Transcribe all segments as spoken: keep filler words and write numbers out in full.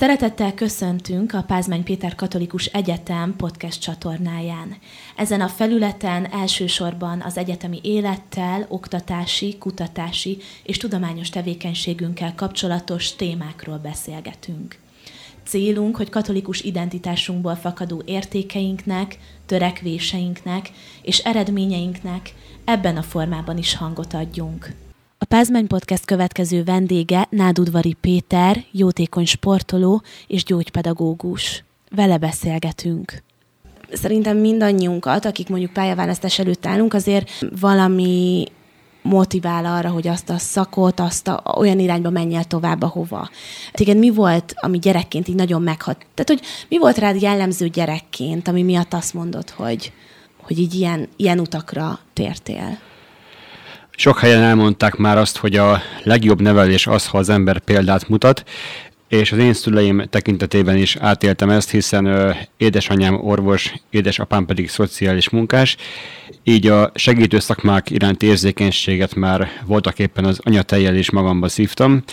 Szeretettel köszöntünk a Pázmány Péter Katolikus Egyetem podcast csatornáján. Ezen a felületen elsősorban az egyetemi élettel, oktatási, kutatási és tudományos tevékenységünkkel kapcsolatos témákról beszélgetünk. Célunk, hogy katolikus identitásunkból fakadó értékeinknek, törekvéseinknek és eredményeinknek ebben a formában is hangot adjunk. A Pázmány Podcast következő vendége Nádudvari Péter, jótékony sportoló és gyógypedagógus. Vele beszélgetünk. Szerintem mindannyiunkat, akik mondjuk pályaválasztás előtt állunk, azért valami motivál arra, hogy azt a szakot, azt a, olyan irányba menjél tovább, ahova. Téged mi volt, ami gyerekként így nagyon meghat? Tehát, hogy mi volt rád jellemző gyerekként, ami miatt azt mondod, hogy, hogy így ilyen, ilyen utakra tértél? Sok helyen elmondták már azt, hogy a legjobb nevelés az, ha az ember példát mutat, és az én szüleim tekintetében is átéltem ezt, hiszen ö, édesanyám orvos, édesapám pedig szociális munkás, így a segítő szakmák iránti érzékenységet már voltak éppen az anyatejjel is magamba szívtam.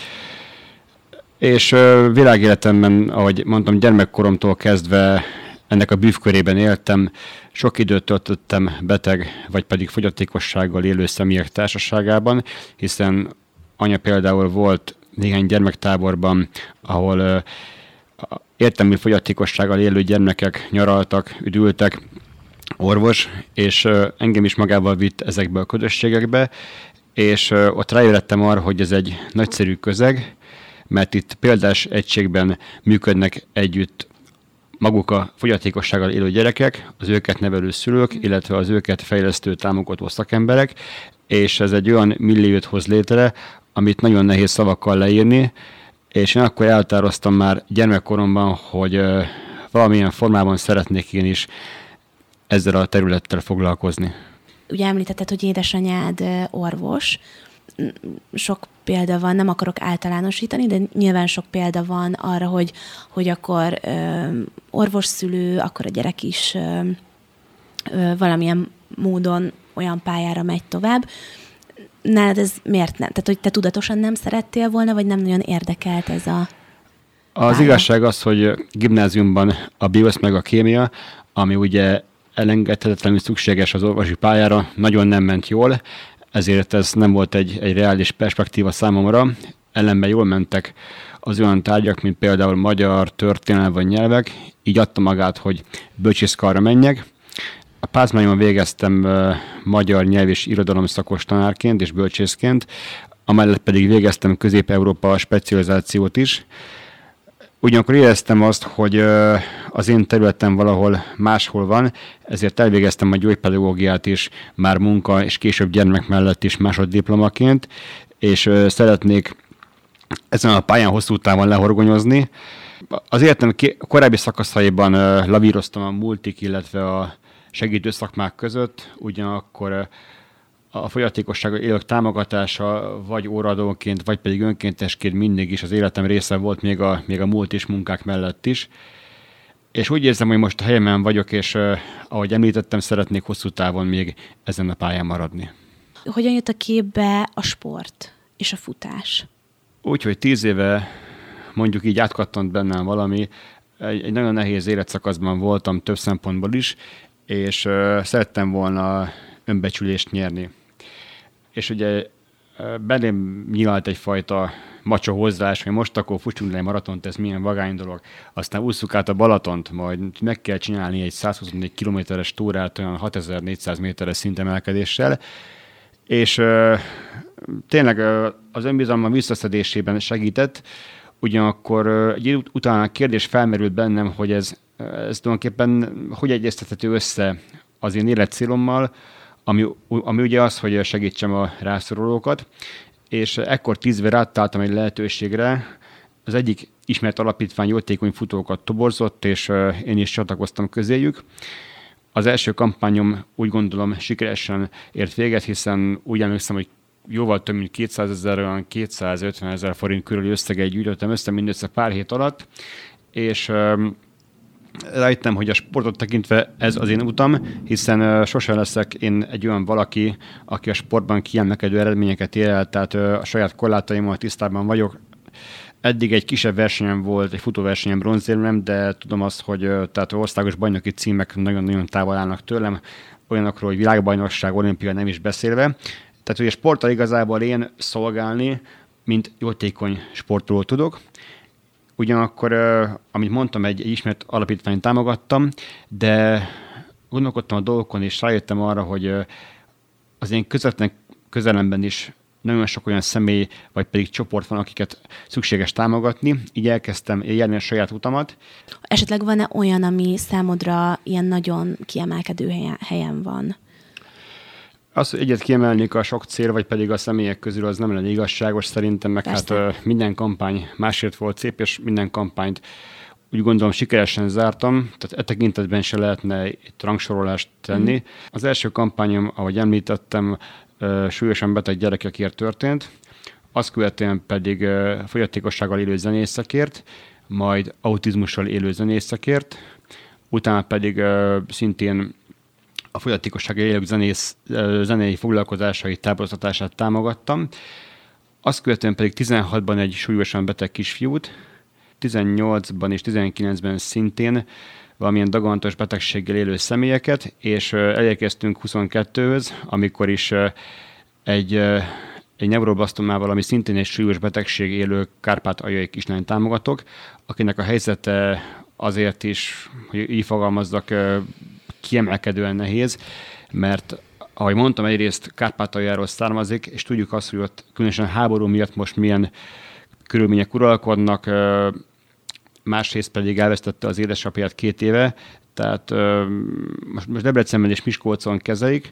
És ö, világéletemben, ahogy mondtam, gyermekkoromtól kezdve ennek a bűvkörében éltem, sok időt töltöttem beteg, vagy pedig fogyatékossággal élő személyek társaságában, hiszen anya például volt néhány gyermektáborban, ahol uh, értelmi fogyatékossággal élő gyermekek nyaraltak, üdültek, orvos, és uh, engem is magával vitt ezekbe a közösségekbe, és uh, ott rájöttem arra, hogy ez egy nagyszerű közeg, mert itt példás egységben működnek együtt maguk a fogyatékossággal élő gyerekek, az őket nevelő szülők, illetve az őket fejlesztő, támogató szakemberek, és ez egy olyan milliót hoz létre, amit nagyon nehéz szavakkal leírni, és én akkor elhatároztam már gyermekkoromban, hogy uh, valamilyen formában szeretnék én is ezzel a területtel foglalkozni. Ugye említetted, hogy édesanyád orvos, sok példa van, nem akarok általánosítani, de nyilván sok példa van arra, hogy, hogy akkor ö, orvosszülő, akkor a gyerek is ö, ö, valamilyen módon olyan pályára megy tovább. Nálad ez miért nem? Tehát, hogy te tudatosan nem szerettél volna, vagy nem nagyon érdekelt ez a pálya? Az igazság az, hogy gimnáziumban a biosz meg a kémia, ami ugye elengedhetetlenül szükséges az orvosi pályára, nagyon nem ment jól, ezért ez nem volt egy, egy reális perspektíva számomra. Ellenben jól mentek az olyan tárgyak, mint például magyar, történelem vagy nyelvek, így adta magát, hogy bölcsészkarra menjek. A Pázmányon végeztem uh, magyar nyelv és irodalom szakos tanárként és bölcsészként, amellett pedig végeztem Közép-Európa specializációt is. Ugyanakkor éreztem azt, hogy uh, az én területem valahol máshol van, ezért elvégeztem a gyógypedagógiát is, már munka és később gyermek mellett is másoddiplomaként, és uh, szeretnék ezen a pályán hosszú távon lehorgonyozni. Az életem korábbi szakaszaiban uh, lavíroztam a multik, illetve a segítő szakmák között, ugyanakkor uh, a fogyatékossággal élők támogatása vagy óraadóként, vagy pedig önkéntesként mindig is az életem része volt, még a, még a múlt is munkák mellett is. És úgy érzem, hogy most a helyemen vagyok, és uh, ahogy említettem, szeretnék hosszú távon még ezen a pályán maradni. Hogyan jött a képbe a sport és a futás? Úgy, hogy tíz éve mondjuk így átkattant bennem valami, egy, egy nagyon nehéz életszakaszban voltam több szempontból is, és uh, szerettem volna önbecsülést nyerni. És ugye belém nyílt egyfajta macsó hozzáállás, hogy most akkor fussunk le egy maratont, ez milyen vagány dolog. Aztán ússzuk át a Balatont, majd meg kell csinálni egy százhuszonnégy kilométeres túrát olyan hatezer-négyszáz méteres szintemelkedéssel. És uh, tényleg uh, az önbizalmam visszaszedésében segített, ugyanakkor uh, egy idő után a kérdés felmerült bennem, hogy ez, ez tulajdonképpen hogy egyeztethető össze az én életcélommal, Ami, ami ugye az, hogy segítsem a rászorulókat, és ekkor tíz éve rátaláltam egy lehetőségre. Az egyik ismert alapítvány jótékony futókat toborzott, és én is csatlakoztam közéjük. Az első kampányom úgy gondolom sikeresen ért véget, hiszen úgy emlékszem, hogy jóval több mint kétszázezer, olyan kétszázötvenezer forint körüli összeget gyűjtöttem össze mindössze pár hét alatt, és rájöttem, hogy a sportot tekintve ez az én utam, hiszen uh, sosem leszek én egy olyan valaki, aki a sportban kiemelkedő eredményeket ér el, tehát uh, a saját korlátaimmal tisztában vagyok. Eddig egy kisebb versenyem volt, egy futóversenyem bronzérmem, de tudom azt, hogy tehát országos bajnoki címek nagyon-nagyon távol állnak tőlem, olyanokról, hogy világbajnokság, olimpia nem is beszélve. Tehát, hogy a sporttal igazából én szolgálni, mint jótékony sportról tudok. Ugyanakkor, amit mondtam, egy, egy ismert alapítványt támogattam, de gondolkodtam a dolgokon, és rájöttem arra, hogy az én közvetlen közelemben is nagyon sok olyan személy, vagy pedig csoport van, akiket szükséges támogatni. Így elkezdtem járni a saját utamat. Esetleg van-e olyan, ami számodra ilyen nagyon kiemelkedő helyen, helyen van? Az, hogy egyet kiemelnék a sok cél, vagy pedig a személyek közül, az nem lenne igazságos szerintem, meg Persze. hát minden kampány másért volt szép, és minden kampányt úgy gondolom sikeresen zártam, tehát e tekintetben se lehetne itt rangsorolást tenni. Mm. Az első kampányom, ahogy említettem, súlyosan beteg gyerekekért történt, azt követően pedig fogyatékossággal élő zenészekért, majd autizmussal élő zenészekért, utána pedig szintén a fogyatékossággal élők zenész, zenei foglalkozásai táboroztatását támogattam. Azt követően pedig tizenhatban egy súlyosan beteg kisfiút, tizennyolcban és tizenkilencben szintén valamilyen dagantos betegséggel élő személyeket, és elérkeztünk huszonkettőhöz, amikor is egy, egy neuroblasztomával, ami szintén egy súlyos betegség élő kárpát-aljai kislányt támogatok, akinek a helyzete azért is, hogy így fogalmazzak, kiemelkedően nehéz, mert ahogy mondtam, egyrészt Kárpátaljáról származik, és tudjuk azt, hogy ott különösen háború miatt most milyen körülmények uralkodnak, másrészt pedig elvesztette az édesapját két éve, tehát most, most Debrecenben és Miskolcon kezelik,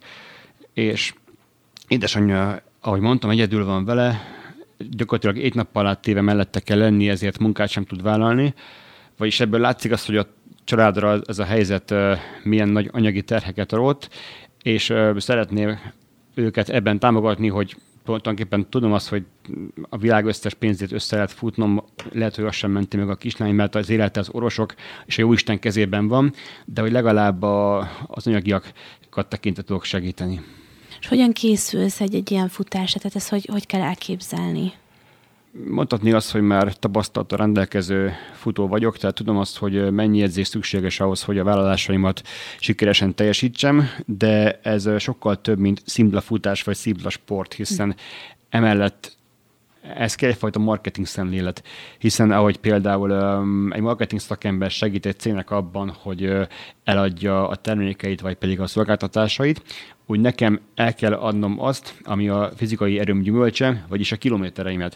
és édesanyja, ahogy mondtam, egyedül van vele, gyakorlatilag egy nappal áttéve mellette kell lenni, ezért munkát sem tud vállalni, vagyis ebből látszik az, hogy a családra ez a helyzet milyen nagy anyagi terheket rótt, és szeretném őket ebben támogatni, hogy tulajdonképpen tudom azt, hogy a világ összes pénzét össze lehet futnom, lehet, hogy azt sem menti meg a kislány, mert az élete az orvosok és a Jóisten kezében van, de hogy legalább a, az anyagiakat tekintve tudok segíteni. És hogyan készülsz egy, egy ilyen futásra? Tehát ezt hogy, hogy kell elképzelni? Mondhatni azt, hogy már tapasztalattal rendelkező futó vagyok, tehát tudom azt, hogy mennyi edzés szükséges ahhoz, hogy a vállalásaimat sikeresen teljesítsem, de ez sokkal több, mint szimpla futás vagy szimpla sport, hiszen emellett ez kell egyfajta marketing szemlélet, hiszen ahogy például um, egy marketing szakember segít egy cégnek abban, hogy uh, eladja a termékeit, vagy pedig a szolgáltatásait, úgy nekem el kell adnom azt, ami a fizikai erőm gyümölcse, vagyis a kilométereimet.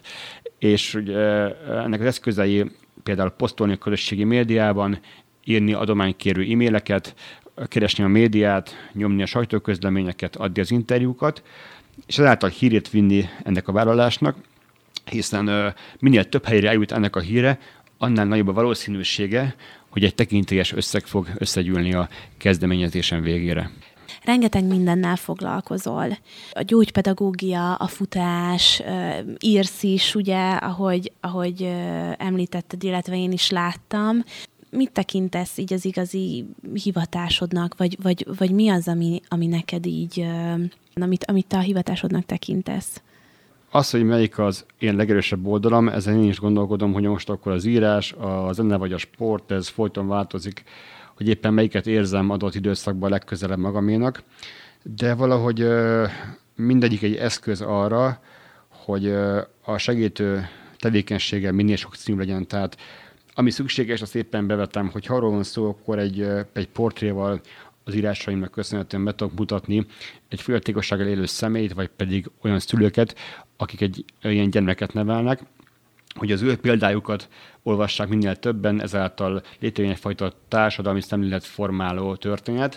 És ugye, ennek az eszközei például posztolni a közösségi médiában, írni adománykérő e-maileket, keresni a médiát, nyomni a sajtóközleményeket, adni az interjúkat, és ezáltal hírét vinni ennek a vállalásnak, hiszen uh, minél több helyre eljut ennek a híre, annál nagyobb a valószínűsége, hogy egy tekintélyes összeg fog összegyűlni a kezdeményezésen végére. Rengeteg mindennel foglalkozol. A gyógypedagógia, a futás, írsz is, ugye, ahogy, ahogy említetted, illetve én is láttam. Mit tekintesz így az igazi hivatásodnak, vagy, vagy, vagy mi az, ami, ami neked így, amit, amit te a hivatásodnak tekintesz? Az, hogy melyik az én legerősebb oldalam, ezen én is gondolkodom, hogy most akkor az írás, a zene vagy a sport, ez folyton változik, hogy éppen melyiket érzem adott időszakban legközelebb magaménak, de valahogy mindegyik egy eszköz arra, hogy a segítő tevékenységgel minél sok cím legyen. Tehát ami szükséges, azt éppen bevetem, hogy ha arról van szó, akkor egy, egy portréval az írásaimnak köszönhetően be tudok mutatni egy fogyatékossággal élő személyt, vagy pedig olyan szülőket, akik egy ilyen gyermeket nevelnek, hogy az ő példájukat olvassák minél többen, ezáltal létrejön egyfajta társadalmi szemléletformáló történet.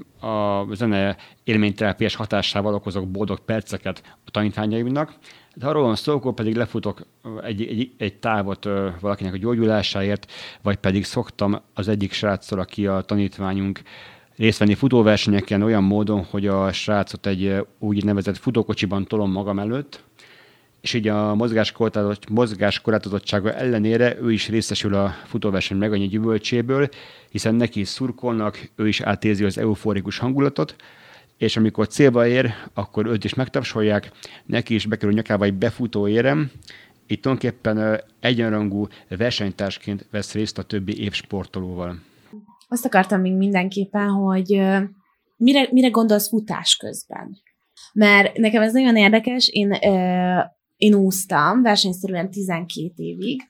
A zene élményterápiás hatásával okozok boldog perceket a tanítványaimnak, de arról van szó, akkor pedig lefutok egy, egy, egy távot valakinek a gyógyulásáért, vagy pedig szoktam az egyik sráccal, aki a tanítványunk, részt venni futóversenyeken olyan módon, hogy a srácot egy úgy nevezett futókocsiban tolom magam előtt, és így a mozgáskorlátozottsága ellenére ő is részesül a futóverseny meg annyi gyümölcséből, hiszen neki is szurkolnak, ő is átérzi az euforikus hangulatot, és amikor célba ér, akkor őt is megtapsolják, neki is bekerül nyakába egy befutó érem, itt tulajdonképpen egyenrangú versenytársként vesz részt a többi évsportolóval. Azt akartam még mindenképpen, hogy mire, mire gondolsz futás közben? Mert nekem ez nagyon érdekes, én, én úsztam versenyszerűen tizenkét évig,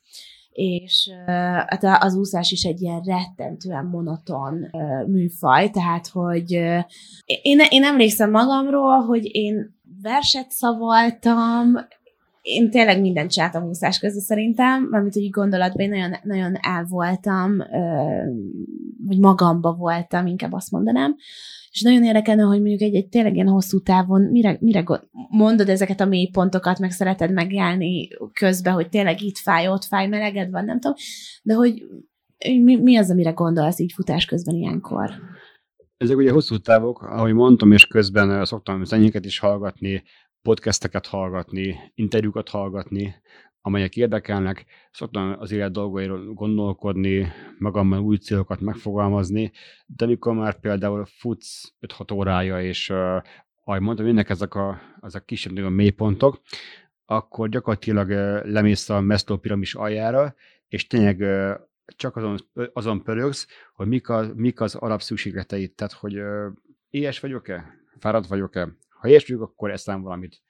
és hát az úszás is egy ilyen rettentően monoton műfaj, tehát, hogy én, én emlékszem magamról, hogy én verset szavaltam, én tényleg mindent csináltam úszás közben szerintem, mert úgy gondolatban én nagyon, nagyon el voltam, vagy magamba voltam, inkább azt mondanám, és nagyon érdekelne, hogy mondjuk egy, egy tényleg ilyen hosszú távon mire, mire mondod ezeket a mélypontokat, meg szereted megjárni közben, hogy tényleg itt fáj, ott fáj, meleged van, nem tudom, de hogy mi, mi az, amire gondolsz így futás közben ilyenkor? Ezek ugye hosszú távok, ahogy mondtam, és közben szoktam zenéket is hallgatni, podcasteket hallgatni, interjúkat hallgatni, amelyek érdekelnek, szoktam az élet dolgairól gondolkodni, magammal új célokat megfogalmazni, de amikor már például futsz öt-hat órája, és uh, ahogy mondtam, jönnek ezek a, ezek a kisebb a mélypontok, akkor gyakorlatilag uh, lemész a Maslow piramis aljára, és tényleg uh, csak azon, azon pörögsz, hogy mik, a, mik az alapszükségleteid, tehát hogy uh, éhes vagyok-e, fáradt vagyok-e, ha éhes vagyok, akkor eszem valamit.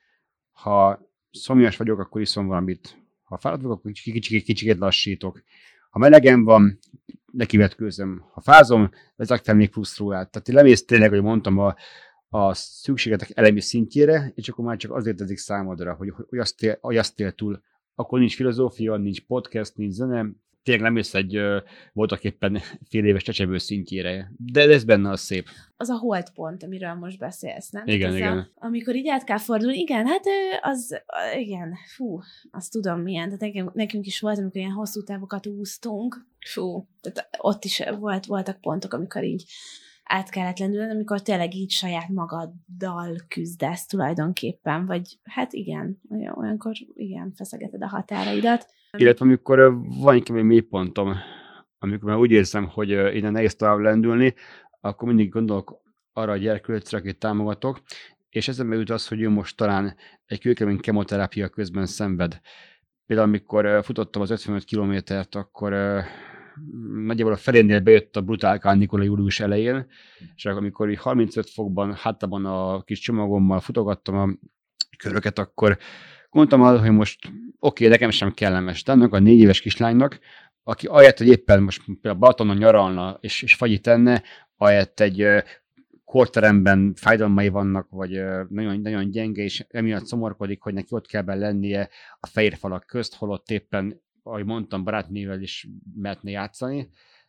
Ha szomjas vagyok, akkor iszom valamit. Ha fáradt vagyok, akkor kicsikét, kicsikét lassítok. Ha melegem van, nekivetkőzöm. Ha fázom, vezek fel még plusz ruhát. Tehát lemész tényleg, hogy mondtam, a, a szükségletek elemi szintjére, és akkor már csak azért ezik számodra, hogy, hogy, azt él, hogy azt él túl. Akkor nincs filozófia, nincs podcast, nincs zene, tényleg nem jössz egy uh, voltaképpen fél éves csecsebő szintjére, de ez benne az szép. Az a holdpont, amiről most beszélsz, nem? Igen, igen. A, amikor így át kell fordulni, igen, hát az, igen, fú, azt tudom milyen, tehát nekünk, nekünk is volt, amikor ilyen hosszú távokat úsztunk, fú, tehát ott is volt, voltak pontok, amikor így át kellett lendülni, amikor tényleg így saját magaddal küzdesz tulajdonképpen, vagy hát igen, olyan, olyankor igen, feszegeted a határaidat. Illetve amikor van inkább egy mélypontom, amikor már úgy érzem, hogy innen nehéz tovább lendülni, akkor mindig gondolok arra a gyerekületre, akit támogatok, és eszembe jut az, hogy ő most talán egy kőkemény kemoterápia közben szenved. Például amikor futottam az ötvenöt kilométert, akkor nagyjából a felénél bejött a brutál kánikula július elején, és amikor így harmincöt fokban hátában a kis csomagommal futogattam a köröket, akkor mondtam el, hogy most oké, okay, nekem sem kellemes. De annak a négy éves kislánynak, aki ahelyett, hogy éppen most például Balatonon nyaralna és, és fagyit tenne, ahelyett egy uh, korteremben fájdalmai vannak, vagy uh, nagyon, nagyon gyenge, és emiatt szomorkodik, hogy neki ott kell benne lennie a fehér falak közt, holott éppen, ahogy mondtam, barátnővel is mehetne játszani.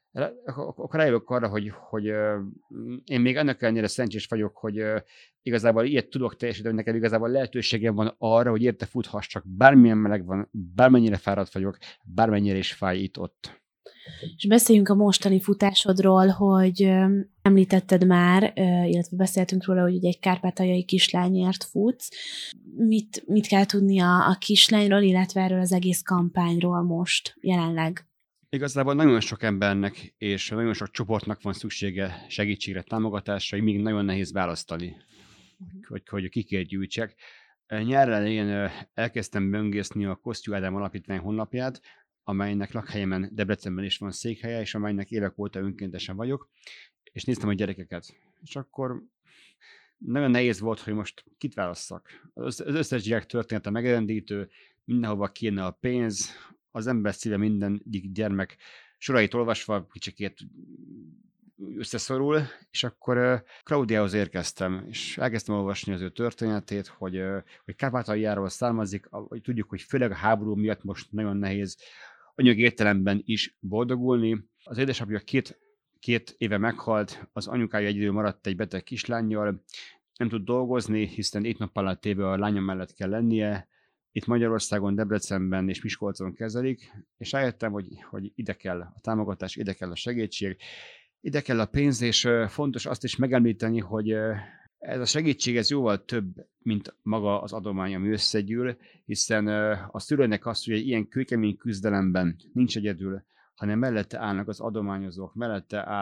Akkor rájövök arra, hogy, hogy uh, én még ennek ellenére szerencsés vagyok, hogy uh, igazából ilyet tudok teljesíteni, nekem igazából lehetőségem van arra, hogy érte futhassak, bármilyen meleg van, bármennyire fáradt vagyok, bármennyire is fáj itt-ott. És beszéljünk a mostani futásodról, hogy uh, említetted már, uh, illetve beszéltünk róla, hogy egy kárpátaljai kislányért futsz. Mit, mit kell tudni a, a kislányról, illetve erről az egész kampányról most jelenleg? Igazából nagyon sok embernek és nagyon sok csoportnak van szüksége segítségre, támogatásra, így még nagyon nehéz választani, hogy, hogy kikért gyűjtsek. Nyár elején elkezdtem böngészni a Kosztyú Ádám Alapítvány honlapját, amelynek lakhelyemen Debrecenben is van székhelye, és amelynek évek óta önkéntesen vagyok, és néztem a gyerekeket. És akkor nagyon nehéz volt, hogy most kit válasszak. Az összes gyerek története megrendítő, mindenhova kéne a pénz, az ember szíve mindenik gyermek sorait olvasva kicsikét összeszorul, és akkor uh, Klaudiához érkeztem, és elkezdtem olvasni az ő történetét, hogy, uh, hogy Kárpátaljáról származik, hogy tudjuk, hogy főleg a háború miatt most nagyon nehéz anyagi értelemben is boldogulni. Az édesapja két, két éve meghalt, az anyukája egyedül maradt egy beteg kislánnyal, nem tud dolgozni, hiszen egy nap alatt téve a lánya mellett kell lennie, itt Magyarországon, Debrecenben és Miskolcon kezelik, és rájöttem, hogy, hogy ide kell a támogatás, ide kell a segítség, ide kell a pénz, és fontos azt is megemlíteni, hogy ez a segítség ez jóval több, mint maga az adomány, ami összegyűl, hiszen a szülőnek azt, hogy egy ilyen kőkemény küzdelemben nincs egyedül, hanem mellette állnak az adományozók, mellette áll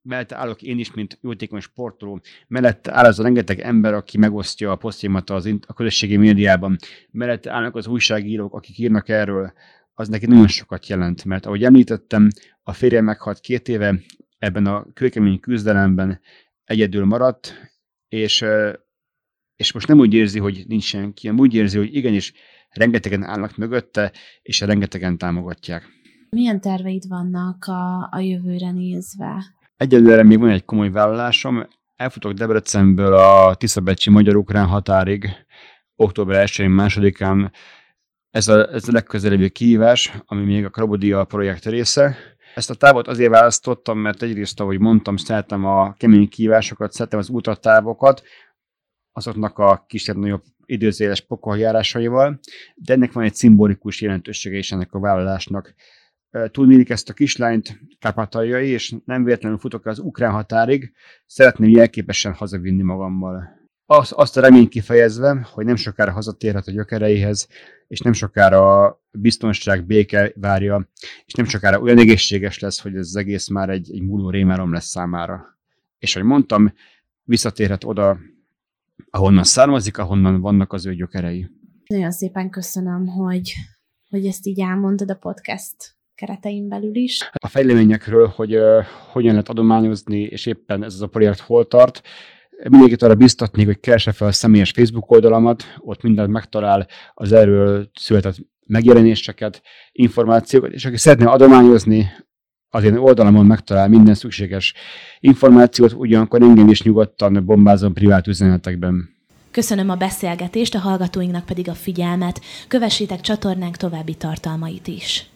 mellette állok én is, mint jótékony sportoló, mellette áll az a rengeteg ember, aki megosztja a posztjaimat az int- a közösségi médiában, mellette állnak az újságírók, akik írnak erről, az neki nagyon sokat jelent, mert ahogy említettem, a férjem meghalt két éve, ebben a kőkemény küzdelemben egyedül maradt, és, és most nem úgy érzi, hogy nincs senki, hanem úgy érzi, hogy igenis rengetegen állnak mögötte, és rengetegen támogatják. Milyen terveid vannak a, a jövőre nézve? Egyelőre még van egy komoly vállalásom. Elfutok Debrecenből a Tiszabecsi magyar-ukrán határig, október elsején-másodikán. Ez a, ez a legközelebbi kihívás, ami még a Krabodia projekt része. Ezt a távot azért választottam, mert egyrészt, ahogy mondtam, szeretem a kemény kihívásokat, szeretem az útratávokat, azoknak a kisebb-nagyobb időzéles pokoljárásaival, de ennek van egy szimbolikus jelentősége is ennek a vállalásnak. Tudnék ezt a kislányt kárpátaljai, és nem véletlenül futok az ukrán határig, szeretném jelképesen hazavinni magammal. Az, azt a reményt kifejezve, hogy nem sokára hazatérhet a gyökereihez, és nem sokára biztonság, béke várja, és nem sokára olyan egészséges lesz, hogy ez az egész már egy, egy múló rémálom lesz számára. És ahogy mondtam, visszatérhet oda, ahonnan származik, ahonnan vannak az ő gyökerei. Nagyon szépen köszönöm, hogy, hogy ezt így elmondod a podcast keretein belül is. A fejleményekről, hogy uh, hogyan lehet adományozni, és éppen ez az a projekt hol tart, mindenkit arra biztatnék, hogy keresse fel a személyes Facebook oldalamat, ott mindent megtalál, az erről született megjelenéseket, információkat, és aki szeretne adományozni, az én oldalamon megtalál minden szükséges információt, ugyanakkor engem is nyugodtan bombázom privát üzenetekben. Köszönöm a beszélgetést, a hallgatóinknak pedig a figyelmet. Kövessétek csatornánk további tartalmait is.